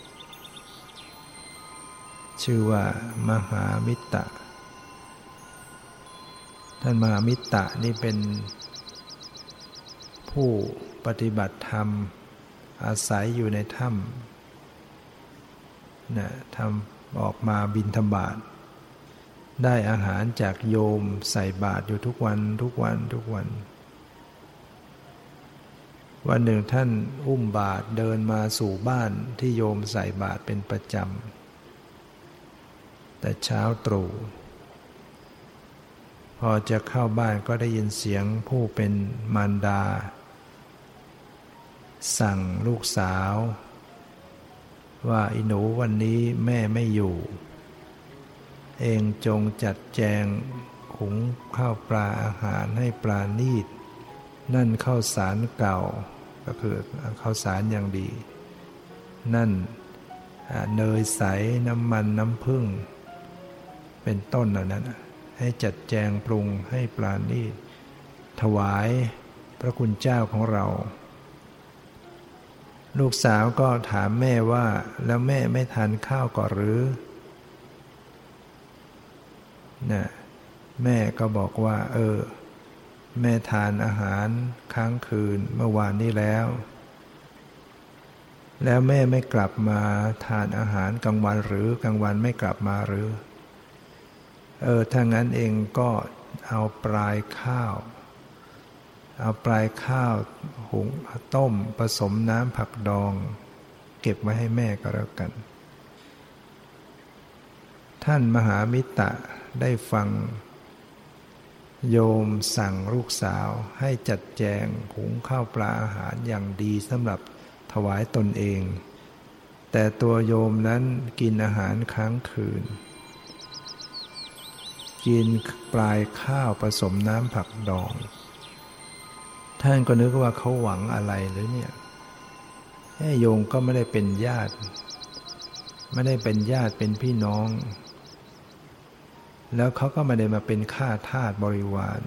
ชื่อว่ามหามิตตะท่านมหามิตตะนี่เป็นผู้ปฏิบัติธรรมอาศัยอยู่ในถ้ำนะทำออกมาบิณฑบาตได้อาหารจากโยมใส่บาตรอยู่ทุกวันทุกวันทุกวันวันหนึ่งท่านอุ้มบาตรเดินมาสู่บ้านที่โยมใส่บาตรเป็นประจำแต่เช้าตรู่พอจะเข้าบ้านก็ได้ยินเสียงผู้เป็นมารดาสั่งลูกสาวว่าอีหนูวันนี้แม่ไม่อยู่เองจงจัดแจงหุงข้าวปลาอาหารให้ปราณีตนั่นข้าวสารเก่าก็คือข้าวสารอย่างดีนั่นเนยใสน้ำมันน้ำผึ้งเป็นต้นเหล่านั้นให้จัดแจงปรุงให้ปราณีตถวายพระคุณเจ้าของเราลูกสาวก็ถามแม่ว่าแล้วแม่ไม่ทานข้าวก่อนหรือนะแม่ก็บอกว่าเออแม่ทานอาหารค้างคืนเมื่อวานนี้แล้วแล้วแม่ไม่กลับมาทานอาหารกลางวันหรือกลางวันไม่กลับมาหรือเออถ้างั้นเองก็เอาปลายข้าวเอาปลายข้าวหุงต้มผสมน้ำผักดองเก็บไว้ให้แม่ก็แล้วกันท่านมหามิตตะได้ฟังโยมสั่งลูกสาวให้จัดแจงหุงข้าวปลาอาหารอย่างดีสำหรับถวายตนเองแต่ตัวโยมนั้นกินอาหารค้างคืนกินปลายข้าวผสมน้ำผักดองท่านก็นึกว่าเขาหวังอะไรหรือเนี่ยแม่โยมก็ไม่ได้เป็นญาติไม่ได้เป็นญาติเป็นพี่น้องแล้วเขาก็ไม่ได้มาเป็นข้าทาสบริวาร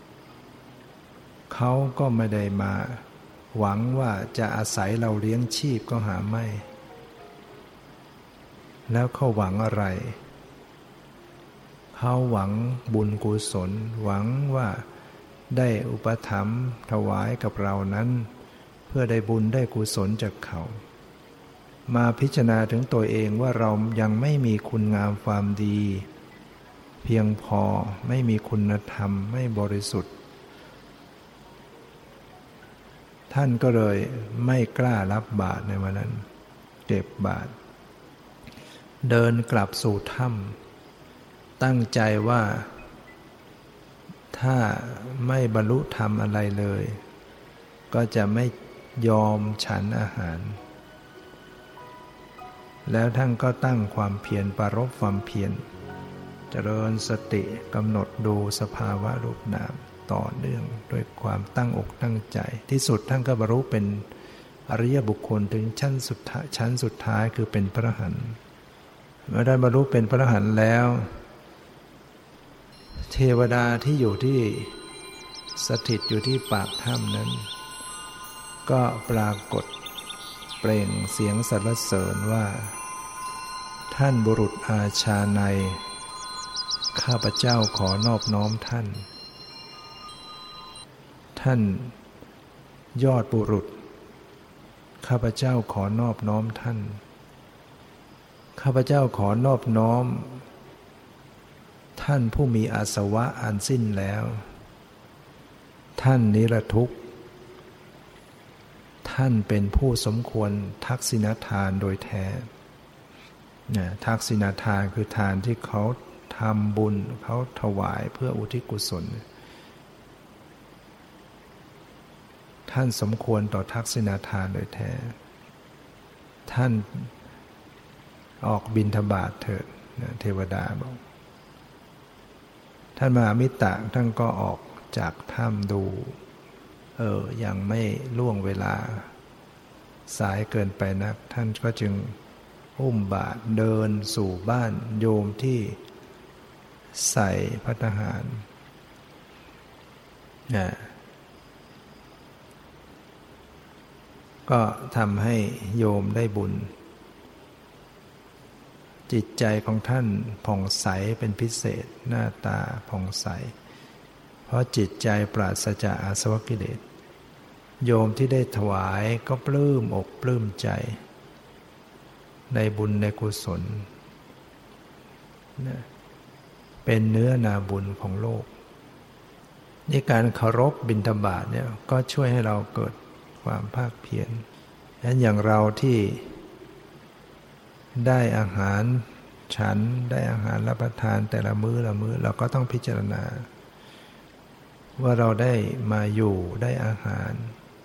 เขาก็ไม่ได้มาหวังว่าจะอาศัยเราเลี้ยงชีพก็หาไม่แล้วเขาหวังอะไรเขาหวังบุญกุศลหวังว่าได้อุปถัมภ์ถวายกับเรานั้นเพื่อได้บุญได้กุศลจากเขามาพิจารณาถึงตัวเองว่าเรายังไม่มีคุณงามความดีเพียงพอไม่มีคุณธรรมไม่บริสุทธิ์ท่านก็เลยไม่กล้ารับบาตรในวันนั้นเก็บบาตรเดินกลับสู่ถ้ำตั้งใจว่าถ้าไม่บรรลุธรรมอะไรเลยก็จะไม่ยอมฉันอาหารแล้วท่านก็ตั้งความเพียรปรารภความเพียรเจริญสติกำหนดดูสภาวะรูปนามต่อเนื่องด้วยความตั้งอกตั้งใจที่สุดท่านก็บรรลุเป็นอริยบุคคลถึงชั้นสุดท้ายชั้นสุดท้ายคือเป็นพระอรหันต์เมื่อได้บรรลุเป็นพระอรหันต์แล้วเทวดาที่อยู่ที่สถิตอยู่ที่ปากถ้ำนั้นก็ปรากฏเปล่งเสียงสรรเสริญว่าท่านบุรุษอาชาไนยข้าพเจ้าขอนอบน้อมท่านท่านยอดบุรุษข้าพเจ้าขอนอบน้อมท่านข้าพเจ้าขอนอบน้อมท่านผู้มีอาสวะอันสิ้นแล้วท่านนิรทุกข์ท่านเป็นผู้สมควรทักษิณทานโดยแท้เนี่ยทักษิณทานคือทานที่เขาทำบุญเขาถวายเพื่ออุทิศกุศลท่านสมควรต่อทักษิณทานโดยแท้ท่านออกบิณฑบาตเถิดเทวดาบอกท่านมหามิตรท่านก็ออกจากถ้ำดูเออยังไม่ล่วงเวลาสายเกินไปนักท่านก็จึงอุ้มบาตรเดินสู่บ้านโยมที่ใส่ภัตตาหารนะก็ทำให้โยมได้บุญจิตใจของท่านผ่องใสเป็นพิเศษหน้าตาผ่องใสเพราะจิตใจปราศจากอาสวะกิเลสโยมที่ได้ถวายก็ปลื้มอกปลื้มใจในบุญในกุศลเป็นเนื้อนาบุญของโลกนี่การเคารพบิณฑบาตเนี่ยก็ช่วยให้เราเกิดความภาคเพียรฉะนั้นอย่างเราที่ได้อาหารฉันได้อาหารรับประทานแต่ละมื้อละมื้อเราก็ต้องพิจารณาว่าเราได้มาอยู่ได้อาหาร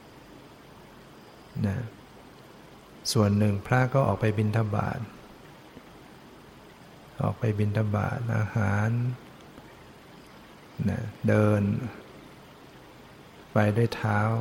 นะส่วนหนึ่งพระก็ออกไปบิณฑบาตออกไปบิณฑบาตอาหารนะเดินไปด้วยเท้า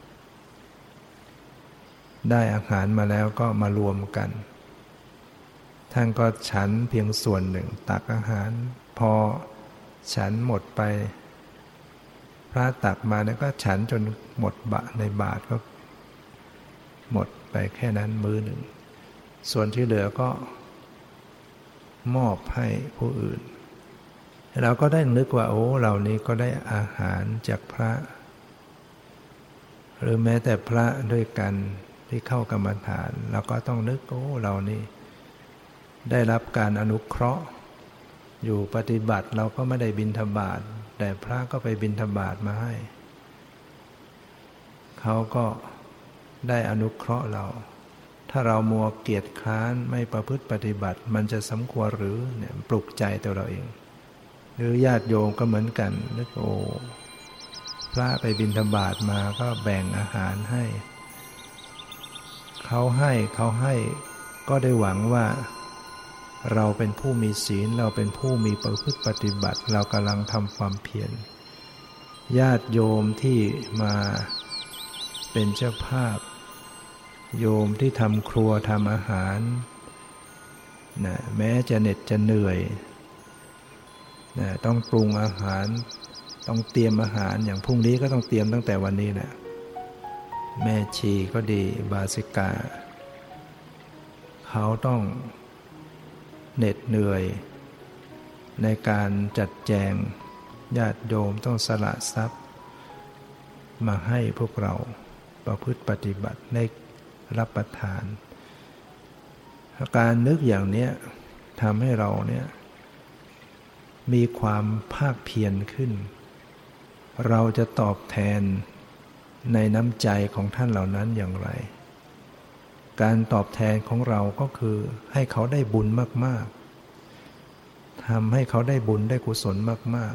ได้อาหารมาแล้วก็มารวมกันท่านก็ฉันเพียงส่วนหนึ่งตักอาหารพอฉันหมดไปพระตักมาแล้วก็ฉันจนหมดบะในบาตรก็หมดไปแค่นั้นมื้อหนึ่งส่วนที่เหลือก็มอบให้ผู้อื่นเราก็ได้นึกว่าโอ้เหล่านี้ก็ได้อาหารจากพระหรือแม้แต่พระด้วยกันที่เข้ากรรมฐานเราก็ต้องนึกโอ้เรานี่ได้รับการอนุเคราะห์อยู่ปฏิบัติเราก็ไม่ได้บิณฑบาตแต่พระก็ไปบิณฑบาตมาให้เขาก็ได้อนุเคราะห์เราถ้าเรามัวเกียจคร้านไม่ประพฤติปฏิบัติมันจะสมควรหรือเนี่ยปลุกใจตัวเราเองหรือญาติโยมก็เหมือนกันนึกโอ้พระไปบิณฑบาตมาก็แบ่งอาหารให้เขาให้เขาให้ก็ได้หวังว่าเราเป็นผู้มีศีลเราเป็นผู้มีประพฤติปฏิบัติเรากำลังทำความเพียรญาติโยมที่มาเป็นเจ้าภาพโยมที่ทำครัวทำอาหารนะแม้จะเหน็ดจะเหนื่อยนะต้องปรุงอาหารต้องเตรียมอาหารอย่างพรุ่งนี้ก็ต้องเตรียมตั้งแต่วันนี้แหละแม่ชีก็ดีบาสิกาเขาต้องเหน็ดเหนื่อยในการจัดแจงญาติโยมต้องสละทรัพย์มาให้พวกเราประพฤติปฏิบัติได้รับประทานการนึกอย่างนี้ทำให้เราเนี่ยมีความภาคเพียรขึ้นเราจะตอบแทนในน้ำใจของท่านเหล่านั้นอย่างไรการตอบแทนของเราก็คือให้เขาได้บุญมากๆทำให้เขาได้บุญได้กุศลมาก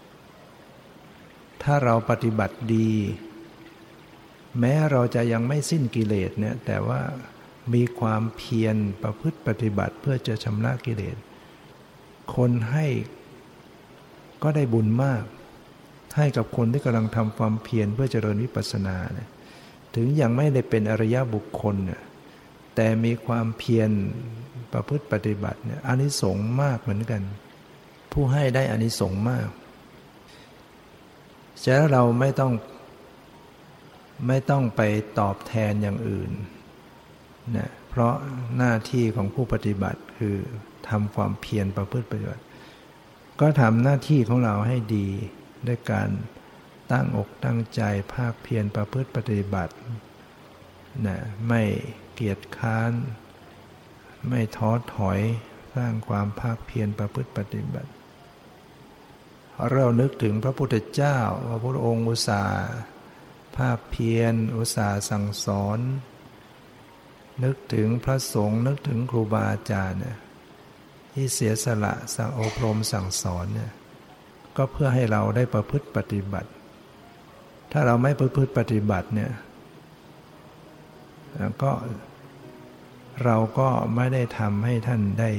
ๆถ้าเราปฏิบัติดีแม้เราจะยังไม่สิ้นกิเลสเนี่ยแต่ว่ามีความเพียรประพฤติปฏิบัติเพื่อจะชำระกิเลสคนให้ก็ได้บุญมากให้กับคนที่กำลังทำความเพียรเพื่อเจริญวิปัสสนาเนี่ยถึงยังไม่ได้เป็นอริยบุคคลเนี่ยแต่มีความเพียรประพฤติปฏิบัติเนี่ยอานิสงส์มากเหมือนกันผู้ให้ได้อานิสงส์มากฉะนั้นเราไม่ต้องไม่ต้องไปตอบแทนอย่างอื่นนะเพราะหน้าที่ของผู้ปฏิบัติคือทำความเพียรประพฤติปฏิบัติก็ทำหน้าที่ของเราให้ดีด้วยการตั้งอกตั้งใจภาคเพียรประพฤติปฏิบัตินะไม่เกียจค้านไม่ท้อถอยสร้างความภาคเพียรประพฤติปฏิบัติเรานึกถึงพระพุทธเจ้าพระพุทธองค์อุตส่าห์ภาคเพียรอุตส่าห์สั่งสอนนึกถึงพระสงฆ์นึกถึงครูบาอาจารย์เนี่ยที่เสียสละสั่งอบรมสั่งสอนเนี่ยก็เพื่อให้เราได้ประพฤติปฏิบัติถ้าเราไม่ประพฤติปฏิบัติเนี่ยก็เราก็ไม่ได้ทำให้ท่านได้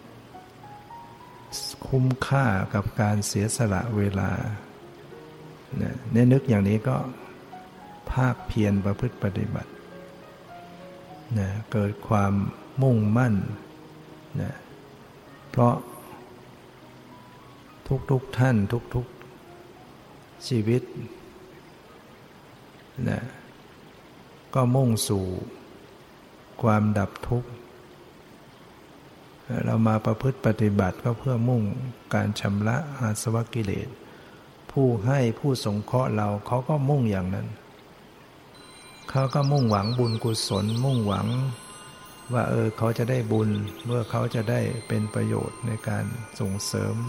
คุ้มค่ากับการเสียสละเวลาในนึกอย่างนี้ก็ภาคเพียรประพฤติปฏิบัตินะเกิดความมุ่งมั่นนะเพราะทุกๆท่านทุกๆชีวิตนะก็มุ่งสู่ความดับทุกข์เรามาประพฤติปฏิบัติก็เพื่อมุ่งการชำระอาสวะกิเลสผู้ให้ผู้สงเคราะห์เราเขาก็มุ่งอย่างนั้นเขาก็มุ่งหวังบุญกุศลมุ่งหวังว่าเออเขาจะได้บุญเมื่อเขาจะได้เป็นประโยชน์ในการส่งเสริม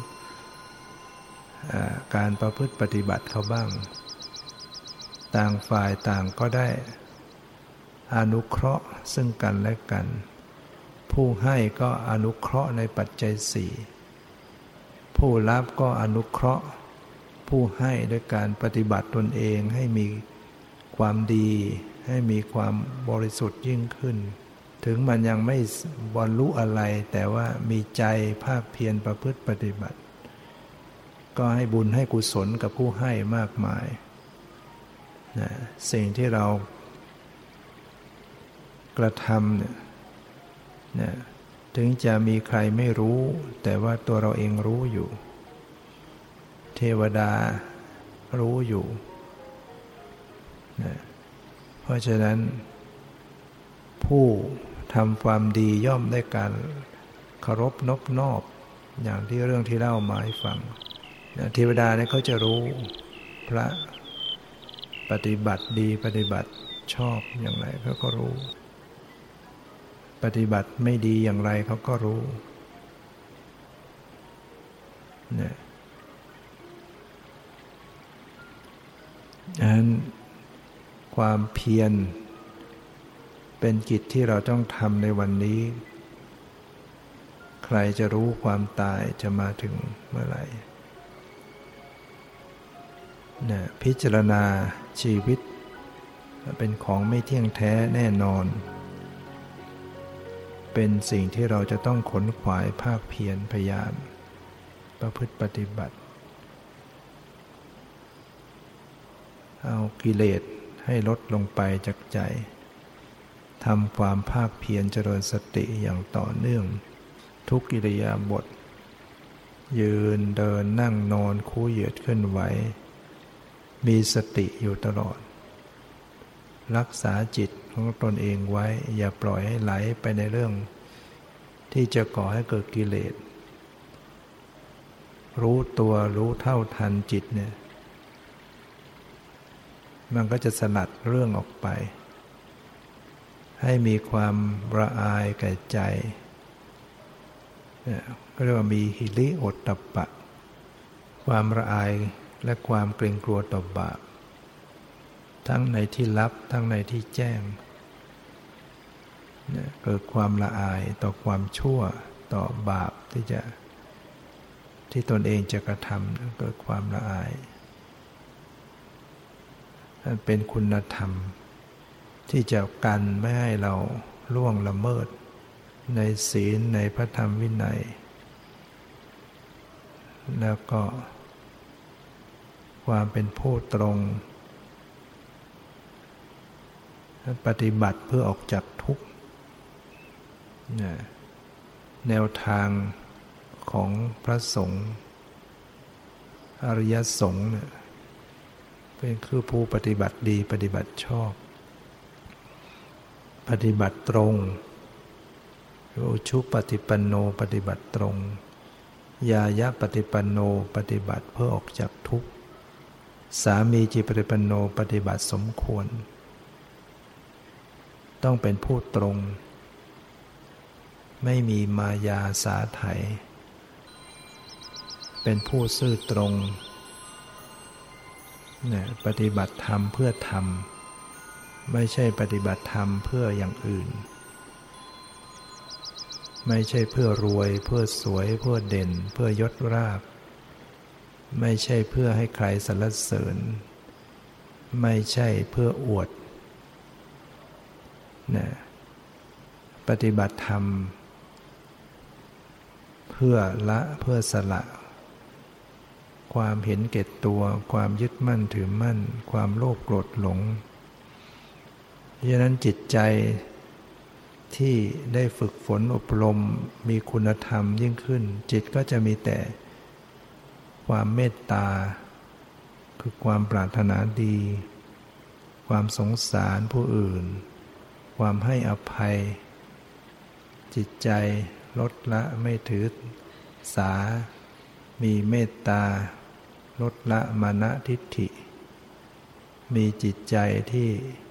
การประพฤติปฏิบัติเขาบ้างต่างฝ่ายต่างก็ได้อนุเคราะห์ซึ่งกันและกันผู้ให้ก็อนุเคราะห์ในปัจจัยสี่ผู้รับก็อนุเคราะห์ผู้ให้ด้วยการปฏิบัติตนเองให้มีความดีให้มีความบริสุทธิ์ยิ่งขึ้นถึงมันยังไม่บรรลุอะไรแต่ว่ามีใจภาคเพียรประพฤติปฏิบัติก็ให้บุญให้กุศลกับผู้ให้มากมายนะสิ่งที่เรากระทำเนี่ยนะถึงจะมีใครไม่รู้แต่ว่าตัวเราเองรู้อยู่เทวดารู้อยู่นะเพราะฉะนั้นผู้ทำความดีย่อมได้การเคารพนบนอบอย่างที่เรื่องที่เล่ามาให้ฟังนะเทวดาเนี่ยเขาจะรู้พระปฏิบัติดีปฏิบัติชอบอย่างไรเขาก็รู้ปฏิบัติไม่ดีอย่างไรเขาก็รู้เนี่ยดังนั้นความเพียรเป็นกิจที่เราต้องทำในวันนี้ใครจะรู้ความตายจะมาถึงเมื่อไหร่เนี่ยพิจารณาชีวิตเป็นของไม่เที่ยงแท้แน่นอนเป็นสิ่งที่เราจะต้องขนขวายภาคเพียรพยายามประพฤติปฏิบัติเอากิเลสให้ลดลงไปจากใจทำความภาคเพียรเจริญสติอย่างต่อเนื่องทุกอิริยาบถยืนเดินนั่งนอนคู่เหยียดเคลื่อนไหวมีสติอยู่ตลอดรักษาจิตของตนเองไว้อย่าปล่อยให้ไหลไปในเรื่องที่จะก่อให้เกิดกิเลสรู้ตัวรู้เท่าทันจิตเนี่ยมันก็จะสลัดเรื่องออกไปให้มีความละอายแก่ใจเนี่ยก็เรียกว่ามีหิริโอตตัปปะความละอายและความเกรงกลัวต่อบาปทั้งในที่ลับทั้งในที่แจ้งเนี่ยเกิดความละอายต่อความชั่วต่อบาปที่จะที่ตนเองจะกระทำเกิดความละอายนั่นเป็นคุณธรรมที่จะกันไม่ให้เราล่วงละเมิดในศีลในพระธรรมวินัยแล้วก็ความเป็นผู้ตรงปฏิบัติเพื่อออกจากทุกข์แนวทางของพระสงฆ์อริยสงฆ์เนี่ยเป็นคือผู้ปฏิบัติดีปฏิบัติชอบปฏิบัติตรงอุชุปฏิปันโนปฏิบัติตรงยายะปฏิปันโนปฏิบัติเพื่อออกจากทุกข์สามีจิปฏิปันโนปฏิบัติสมควรต้องเป็นผู้ตรงไม่มีมายาสาไถเป็นผู้ซื่อตรงเนี่ยปฏิบัติธรรมเพื่อธรรมไม่ใช่ปฏิบัติธรรมเพื่ออย่างอื่นไม่ใช่เพื่อรวยเพื่อสวยเพื่อเด่นเพื่อยศราบไม่ใช่เพื่อให้ใครสรรเสริญไม่ใช่เพื่ออวดนะปฏิบัติธรรมเพื่อละเพื่อสละความเห็นแก่ตัวความยึดมั่นถือมั่นความโลภโกรธหลงเพราะฉะนั้นจิตใจที่ได้ฝึกฝนอบรมมีคุณธรรมยิ่งขึ้นจิตก็จะมีแต่ความเมตตาคือความปรารถนาดีความสงสารผู้อื่นความให้อภัยจิตใจลดละไม่ถือสามีเมตตาลดละมานะทิฏฐิมีจิตใจที่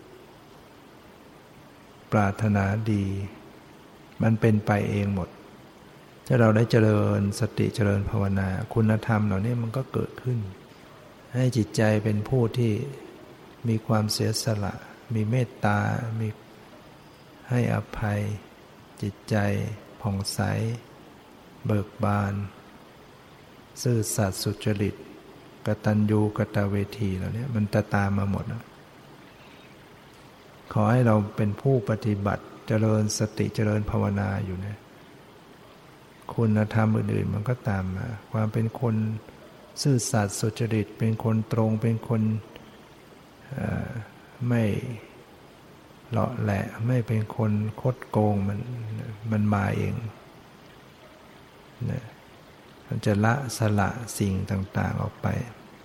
ปรารถนาดีมันเป็นไปเองหมดถ้าเราได้เจริญสติเจริญภาวนาคุณธรรมเหล่านี้มันก็เกิดขึ้นให้จิตใจเป็นผู้ที่มีความเสียสละมีเมตตามีให้อภัยจิตใจผ่องใสเบิกบานซื่อสัตย์สุจริตกตัญญูกตเวทีเหล่านี้มันจะตามมาหมดนะขอให้เราเป็นผู้ปฏิบัติเจริญสติเจริญภาวนาอยู่นะคุณธรรมอื่นๆมันก็ตามมาความเป็นคนซื่อสัตย์สุจริตเป็นคนตรงเป็นคนไม่เลาะแหละไม่เป็นคนคดโกงมันมันมาเองนะมันจะละสละสิ่งต่างๆออกไป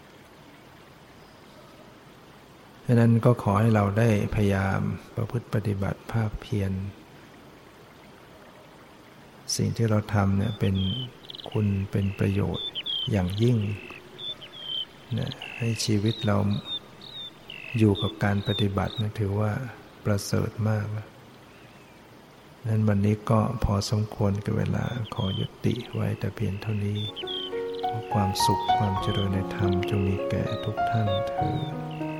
ฉะนั้นก็ขอให้เราได้พยายามประพฤติปฏิบัติภาคเพียรสิ่งที่เราทำเนี่ยเป็นคุณเป็นประโยชน์อย่างยิ่งนะให้ชีวิตเราอยู่กับการปฏิบัตินะถือว่าประเสริฐมากนะนั้นวันนี้ก็พอสมควรกับเวลาขอยุติไว้แต่เพียงเท่านี้ความสุขความเจริญในธรรมจงมีแก่ทุกท่านเทอญ